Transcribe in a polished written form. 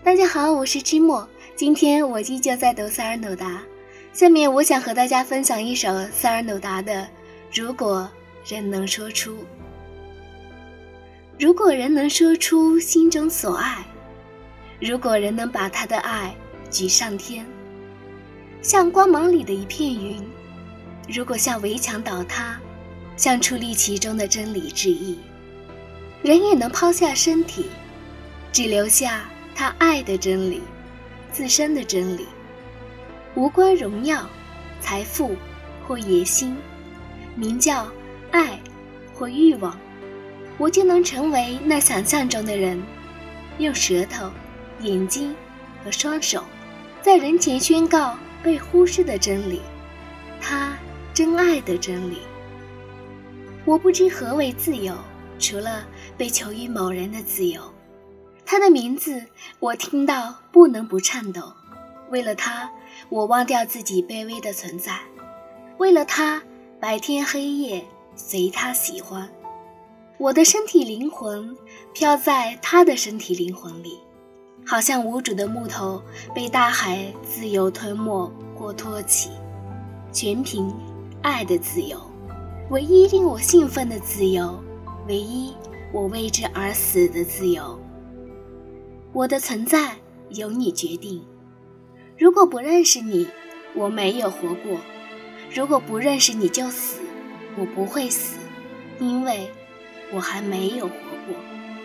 大家好，我是知墨，今天我依旧在读塞尔努达。下面我想和大家分享一首塞尔努达的《如果人能说出》。如果人能说出心中所爱，如果人能把他的爱举上天，像光芒里的一片云，如果像围墙倒塌，向矗立其中的真理致意，人也能抛下身体，只留下他爱的真理，自身的真理，无关荣耀、财富或野心，名叫爱或欲望，我就能成为那想象中的人，用舌头、眼睛和双手，在人前宣告被忽视的真理，他真爱的真理。我不知何为自由，除了被求于某人的自由。他的名字我听到不能不颤抖，为了他我忘掉自己卑微的存在，为了他白天黑夜随他喜欢。我的身体灵魂飘在他的身体灵魂里，好像无主的木头被大海自由吞没或托起，全凭爱的自由，唯一令我兴奋的自由，唯一我为之而死的自由。我的存在由你决定，如果不认识你，我没有活过；如果不认识你就死，我不会死，因为我还没有活过。